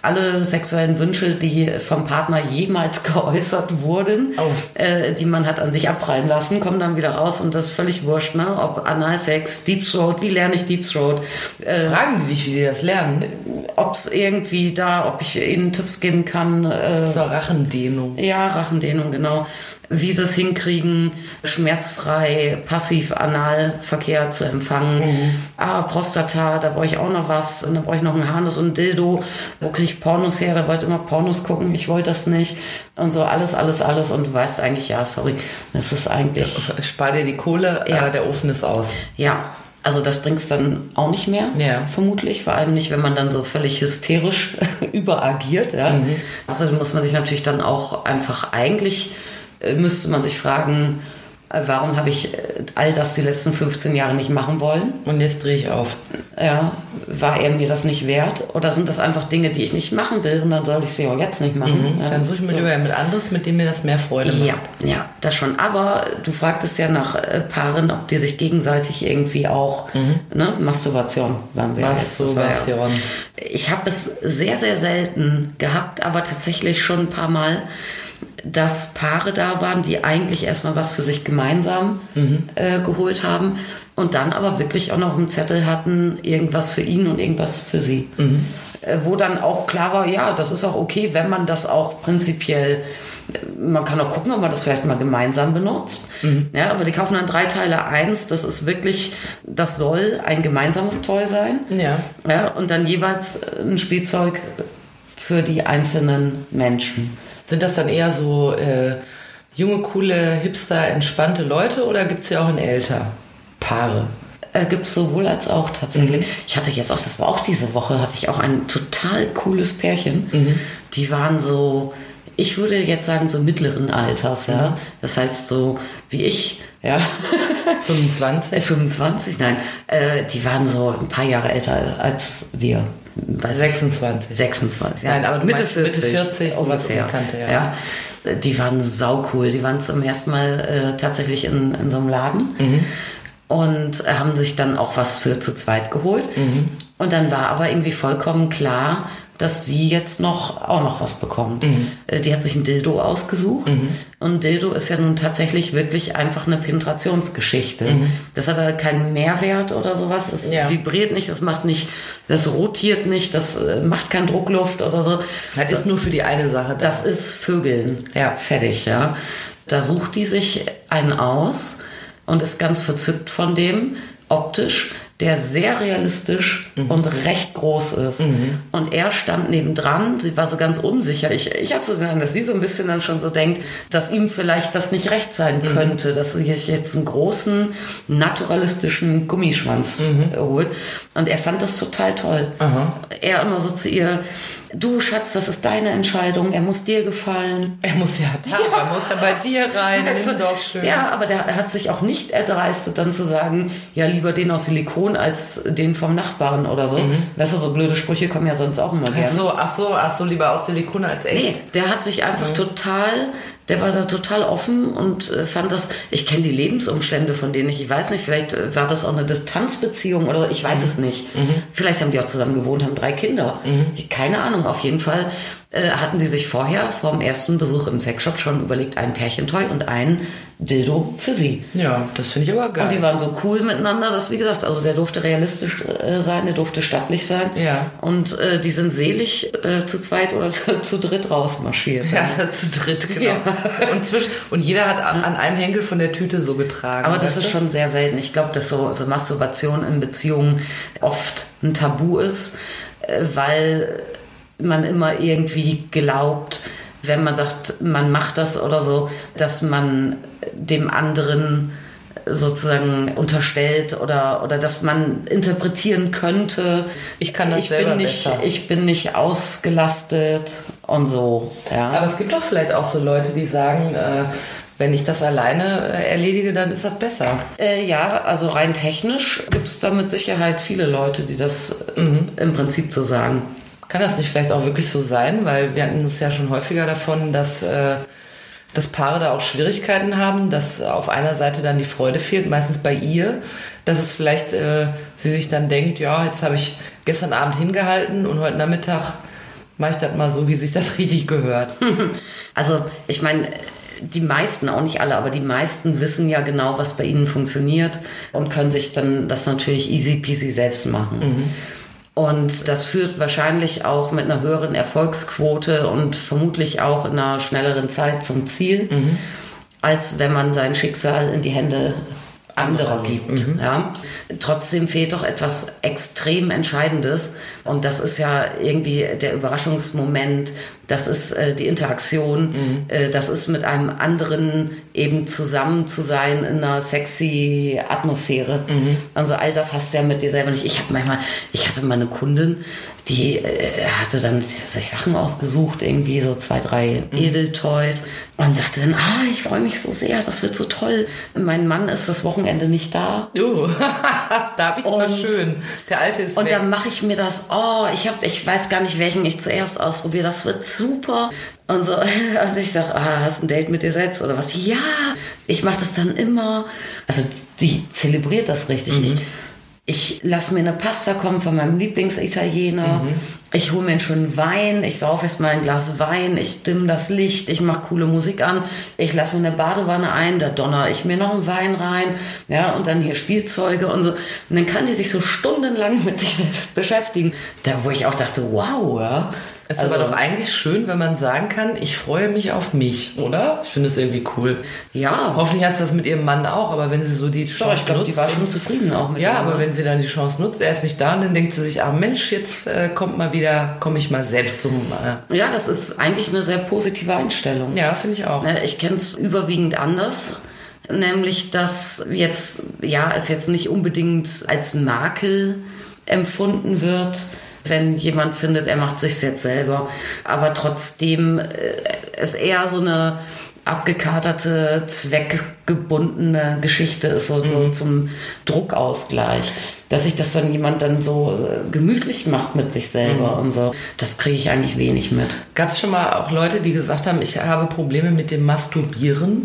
alle sexuellen Wünsche, die vom Partner jemals geäußert wurden, Oh. äh, die man hat an sich abprallen lassen, kommen dann wieder raus und das ist völlig wurscht, ne? Ob Analsex, Deep Throat, wie lerne ich Deep Throat? Äh, Fragen die dich, wie die das lernen? ob es irgendwie da, ob ich ihnen Tipps geben kann. Äh, Zur Rachendehnung. ja, Rachendehnung, genau. Wie sie es hinkriegen, schmerzfrei, passiv Analverkehr zu empfangen. Mhm. Ah, Prostata, da brauche ich auch noch was. Und dann brauche ich noch ein Harness und ein Dildo. Wo kriege ich Pornos her? Da wollte immer Pornos gucken. Ich wollte das nicht. Und so alles, alles, alles. Und du weißt eigentlich, ja, sorry, das ist eigentlich... Spar dir die Kohle, Ja. äh, der Ofen ist aus. Ja, also das bringt es dann auch nicht mehr, Ja. vermutlich. Vor allem nicht, wenn man dann so völlig hysterisch überagiert. Ja. Mhm. Außerdem muss man sich natürlich dann auch einfach eigentlich, äh, müsste man sich fragen, äh, warum habe ich äh, all das die letzten fünfzehn Jahre nicht machen wollen? Und jetzt drehe ich auf. Ja, war er mir das nicht wert? Oder sind das einfach Dinge, die ich nicht machen will und dann soll ich sie auch jetzt nicht machen? Mhm. Ja, Dann suche ich mir so. lieber mit anderes, mit dem mir das mehr Freude macht. Ja, ja, das schon. Aber du fragtest ja nach äh, Paaren, ob die sich gegenseitig irgendwie auch, Mhm. ne, Masturbation waren wir jetzt. Das war ja- Masturbation. Ich habe es sehr, sehr selten gehabt, aber tatsächlich schon ein paar Mal, dass Paare da waren, die eigentlich erstmal was für sich gemeinsam Mhm. äh, geholt haben und dann aber wirklich auch noch einen Zettel hatten, irgendwas für ihn und irgendwas für sie. Mhm. Äh, wo dann auch klar war, ja, das ist auch okay, wenn man das auch prinzipiell, man kann auch gucken, ob man das vielleicht mal gemeinsam benutzt. Mhm. Ja, aber die kaufen dann drei Teile eins, das ist wirklich, das soll ein gemeinsames Toy sein. Ja. Ja, und dann jeweils ein Spielzeug für die einzelnen Menschen. Sind das dann eher so äh, junge, coole, hipster, entspannte Leute oder gibt es ja auch in älter Paare? Äh, Gibt es sowohl als auch tatsächlich. Mhm. Ich hatte jetzt auch, das war auch diese Woche, hatte ich auch ein total cooles Pärchen. Mhm. Die waren so, ich würde jetzt sagen, so mittleren Alters, ja. Mhm. Das heißt so wie ich, ja. fünfundzwanzig? Äh, fünfundzwanzig, nein. Äh, die waren so ein paar Jahre älter als wir. Weiß ich. sechsundzwanzig. sechsundzwanzig, ja. Nein, aber du Mitte meinst vierzig. Mitte vierzig, sowas ungefähr. Unbekannte, ja. ja. Die waren saucool. Die waren zum ersten Mal äh, tatsächlich in, in so einem Laden. Mhm. Und haben sich dann auch was für zu zweit geholt. Mhm. Und dann war aber irgendwie vollkommen klar, dass sie jetzt noch auch noch was bekommt. Mhm. Die hat sich ein Dildo ausgesucht. Mhm. Und ein Dildo ist ja nun tatsächlich wirklich einfach eine Penetrationsgeschichte. Mhm. Das hat halt keinen Mehrwert oder sowas. Das Ja. vibriert nicht, das macht nicht, das rotiert nicht, das macht kein Druckluft oder so. Das ist nur für die eine Sache da. Das ist Vögeln. Ja. Fertig, ja. Da sucht die sich einen aus und ist ganz verzückt von dem, optisch, der sehr realistisch mhm. und recht groß ist. Mhm. Und er stand nebendran, sie war so ganz unsicher. Ich, ich hatte so den Eindruck, dass sie so ein bisschen dann schon so denkt, dass ihm vielleicht das nicht recht sein mhm. könnte, dass sie sich jetzt einen großen, naturalistischen Gummischwanz mhm. holt. Und er fand das total toll. Aha. Er immer so zu ihr, du Schatz, das ist deine Entscheidung, er muss dir gefallen. Er muss ja da, ja. er muss ja bei dir rein, also, nimm doch schön. Ja, aber der hat sich auch nicht erdreistet, dann zu sagen, ja, lieber den aus Silikon als den vom Nachbarn oder so. Mhm. Weißt du, so blöde Sprüche kommen ja sonst auch immer gerne. Ach so, ach so, ach so, lieber aus Silikon als echt. Nee, der hat sich einfach mhm. total... Der war da total offen und äh, fand das, ich kenne die Lebensumstände von denen nicht, ich weiß nicht, vielleicht äh, war das auch eine Distanzbeziehung oder ich weiß mhm. es nicht. Mhm. Vielleicht haben die auch zusammen gewohnt, haben drei Kinder. Mhm. Keine Ahnung, auf jeden Fall äh, hatten die sich vorher, vor dem ersten Besuch im Sexshop schon überlegt, ein Pärchentoy und ein Dildo für sie. Ja, das finde ich aber geil. Und die waren so cool miteinander, dass, wie gesagt, also der durfte realistisch äh, sein, der durfte stattlich sein. Ja. Und äh, die sind selig äh, zu zweit oder zu, zu dritt rausmarschiert. Ja, zu dritt, genau. Ja. Und, zwischen, und jeder hat an, an einem Henkel von der Tüte so getragen. Aber das ist schon sehr selten. Ich glaube, dass so, so Masturbation in Beziehungen oft ein Tabu ist, äh, weil man immer irgendwie glaubt, wenn man sagt, man macht das oder so, dass man dem anderen sozusagen unterstellt oder, oder dass man interpretieren könnte. Ich kann das ich selber bin nicht, besser. Ich bin nicht ausgelastet und so. Ja. Aber es gibt doch vielleicht auch so Leute, die sagen, äh, wenn ich das alleine erledige, dann ist das besser. Äh, ja, also rein technisch gibt es da mit Sicherheit viele Leute, die das mhm. im Prinzip so sagen. Kann das nicht vielleicht auch wirklich so sein? Weil wir hatten es ja schon häufiger davon, dass, äh, dass Paare da auch Schwierigkeiten haben, dass auf einer Seite dann die Freude fehlt, meistens bei ihr, dass es vielleicht äh, sie sich dann denkt, ja, jetzt habe ich gestern Abend hingehalten und heute Nachmittag mache ich das mal so, wie sich das richtig gehört. Also ich meine, die meisten, auch nicht alle, aber die meisten wissen ja genau, was bei ihnen funktioniert und können sich dann das natürlich easy peasy selbst machen. Mhm. Und das führt wahrscheinlich auch mit einer höheren Erfolgsquote und vermutlich auch in einer schnelleren Zeit zum Ziel, mhm. als wenn man sein Schicksal in die Hände anderer gibt. Mhm. Ja. Trotzdem fehlt doch etwas extrem Entscheidendes und das ist ja irgendwie der Überraschungsmoment, das ist äh, die Interaktion, mhm. äh, das ist mit einem anderen eben zusammen zu sein in einer sexy Atmosphäre. Mhm. Also all das hast du ja mit dir selber nicht. Ich habe manchmal, ich hatte mal eine Kundin, die äh, hatte dann sich Sachen ausgesucht, irgendwie so zwei, drei mhm. Edeltoys und sagte dann, ah, ich freue mich so sehr, das wird so toll. Mein Mann ist das Wochenende nicht da. Uh, da habe ich es mal schön. Der Alte ist Und weg. dann mache ich mir das, oh, ich, hab, ich weiß gar nicht, welchen ich zuerst ausprobiere, das wird super. Und so, und ich sage, ah, hast du ein Date mit dir selbst oder was? Ja, ich mache das dann immer. Also die zelebriert das richtig mhm. nicht. Ich lasse mir eine Pasta kommen von meinem Lieblingsitaliener. Mhm. Ich hole mir einen schönen Wein. Ich sauf erst mal ein Glas Wein. Ich dimm das Licht. Ich mache coole Musik an. Ich lasse mir eine Badewanne ein. Da donner ich mir noch einen Wein rein. Ja, und dann hier Spielzeuge und so. Und dann kann die sich so stundenlang mit sich selbst beschäftigen. Da, wo ich auch dachte, wow, ja. Es ist also, aber doch eigentlich schön, wenn man sagen kann, ich freue mich auf mich, oder? Ich finde es irgendwie cool. Ja. Hoffentlich hat sie das mit ihrem Mann auch, aber wenn sie so die Chance doch, ich glaub, nutzt. Die war schon zufrieden auch mit Ja, ihm, aber wenn sie dann die Chance nutzt, er ist nicht da und dann denkt sie sich, ah Mensch, jetzt äh, kommt mal wieder, komme ich mal selbst zum... Äh. Ja, das ist eigentlich eine sehr positive Einstellung. Ja, finde ich auch. Ich kenne es überwiegend anders. Nämlich, dass jetzt, ja, es jetzt nicht unbedingt als Makel empfunden wird, wenn jemand findet, er macht sich's jetzt selber. Aber trotzdem äh, es eher so eine abgekaterte, zweckgebundene Geschichte ist, so, mhm. so zum Druckausgleich. Dass sich das dann jemand dann so äh, gemütlich macht mit sich selber mhm. und so. Das kriege ich eigentlich wenig mit. Gab es schon mal auch Leute, die gesagt haben, ich habe Probleme mit dem Masturbieren?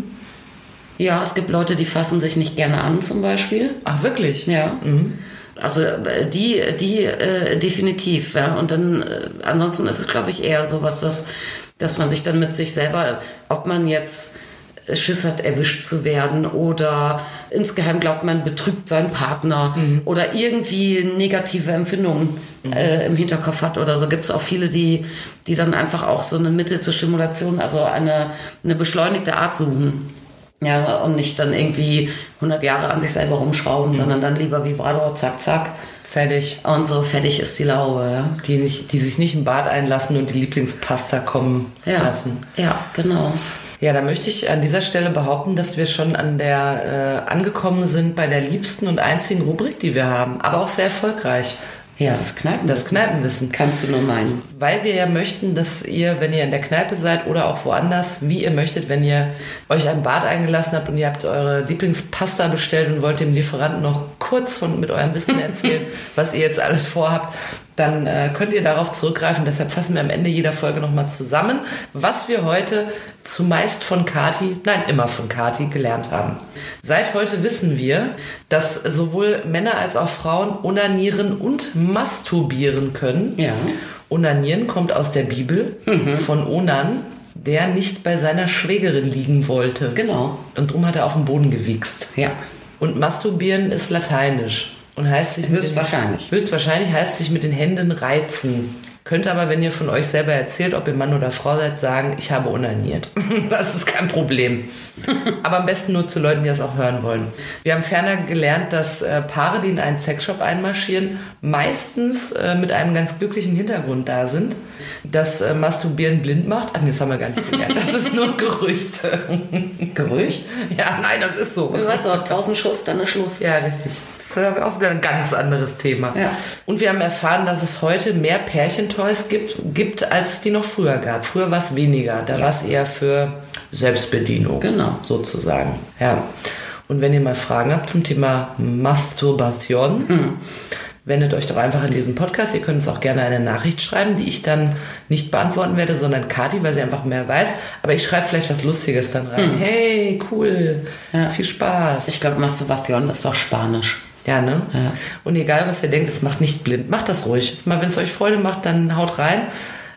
Ja, es gibt Leute, die fassen sich nicht gerne an zum Beispiel. Ach, wirklich? Ja. Mhm. Also die, die äh, definitiv, ja. Und dann äh, ansonsten ist es, glaube ich, eher so was, dass, dass man sich dann mit sich selber, ob man jetzt Schiss hat, erwischt zu werden oder insgeheim glaubt, man betrügt seinen Partner mhm. oder irgendwie negative Empfindungen mhm. äh, im Hinterkopf hat oder so. Gibt es auch viele, die, die dann einfach auch so ein Mittel zur Stimulation, also eine, eine beschleunigte Art suchen. Ja, und nicht dann irgendwie hundert Jahre an sich selber rumschrauben, mhm. sondern dann lieber Vibrator, zack, zack. Fertig. Und so fertig ist die Laube. Ja. Die, nicht, die sich nicht im Bad einlassen und die Lieblingspasta kommen ja. lassen. Ja, genau. Ja, da möchte ich an dieser Stelle behaupten, dass wir schon an der äh, angekommen sind bei der liebsten und einzigen Rubrik, die wir haben, aber auch sehr erfolgreich. Ja, das Kneipenwissen. Das Kneipenwissen. Kannst du nur meinen. Weil wir ja möchten, dass ihr, wenn ihr in der Kneipe seid oder auch woanders, wie ihr möchtet, wenn ihr euch ein Bad eingelassen habt und ihr habt eure Lieblingspasta bestellt und wollt dem Lieferanten noch kurz von, mit eurem Wissen erzählen, was ihr jetzt alles vorhabt, dann äh, könnt ihr darauf zurückgreifen. Deshalb fassen wir am Ende jeder Folge nochmal zusammen, was wir heute zumeist von Kathi, nein, immer von Kathi gelernt haben. Seit heute wissen wir, dass sowohl Männer als auch Frauen onanieren und masturbieren können. Ja. Onanieren kommt aus der Bibel mhm. von Onan, der nicht bei seiner Schwägerin liegen wollte. Genau. Und drum hat er auf den Boden gewichst. Ja. Und masturbieren ist lateinisch. Und heißt sich höchstwahrscheinlich. Den, höchstwahrscheinlich heißt sich mit den Händen reizen. Könnt aber, wenn ihr von euch selber erzählt, ob ihr Mann oder Frau seid, sagen, ich habe onaniert. Das ist kein Problem. Aber am besten nur zu Leuten, die das auch hören wollen. Wir haben ferner gelernt, dass äh, Paare, die in einen Sexshop einmarschieren, meistens äh, mit einem ganz glücklichen Hintergrund da sind. Das äh, Masturbieren blind macht. Ach, nee, das haben wir gar nicht gelernt. Das ist nur ein Gerücht. Gerücht? Ja, nein, das ist so. Du weißt doch, tausend Schuss, dann ist Schluss. Ja, richtig. Das ist auch wieder ein ganz anderes Thema. Ja. Und wir haben erfahren, dass es heute mehr Pärchentoys gibt, gibt, als es die noch früher gab. Früher war es weniger. Da ja. war es eher für Selbstbedienung. Genau. Sozusagen. Ja. Und wenn ihr mal Fragen habt zum Thema Masturbation, hm. wendet euch doch einfach in diesen Podcast. Ihr könnt uns auch gerne eine Nachricht schreiben, die ich dann nicht beantworten werde, sondern Kathi, weil sie einfach mehr weiß. Aber ich schreibe vielleicht was Lustiges dann rein. Hm. Hey, cool. Ja. Viel Spaß. Ich glaube, Masturbation ist doch Spanisch. Ja, ne? Ja. Und egal, was ihr denkt, es macht nicht blind. Macht das ruhig. Mal, wenn es euch Freude macht, dann haut rein.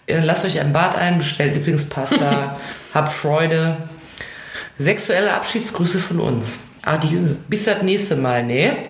Ihr lasst euch ein Bad ein, bestellt Lieblingspasta, habt Freude. Sexuelle Abschiedsgrüße von uns. Adieu. Bis das nächste Mal, ne?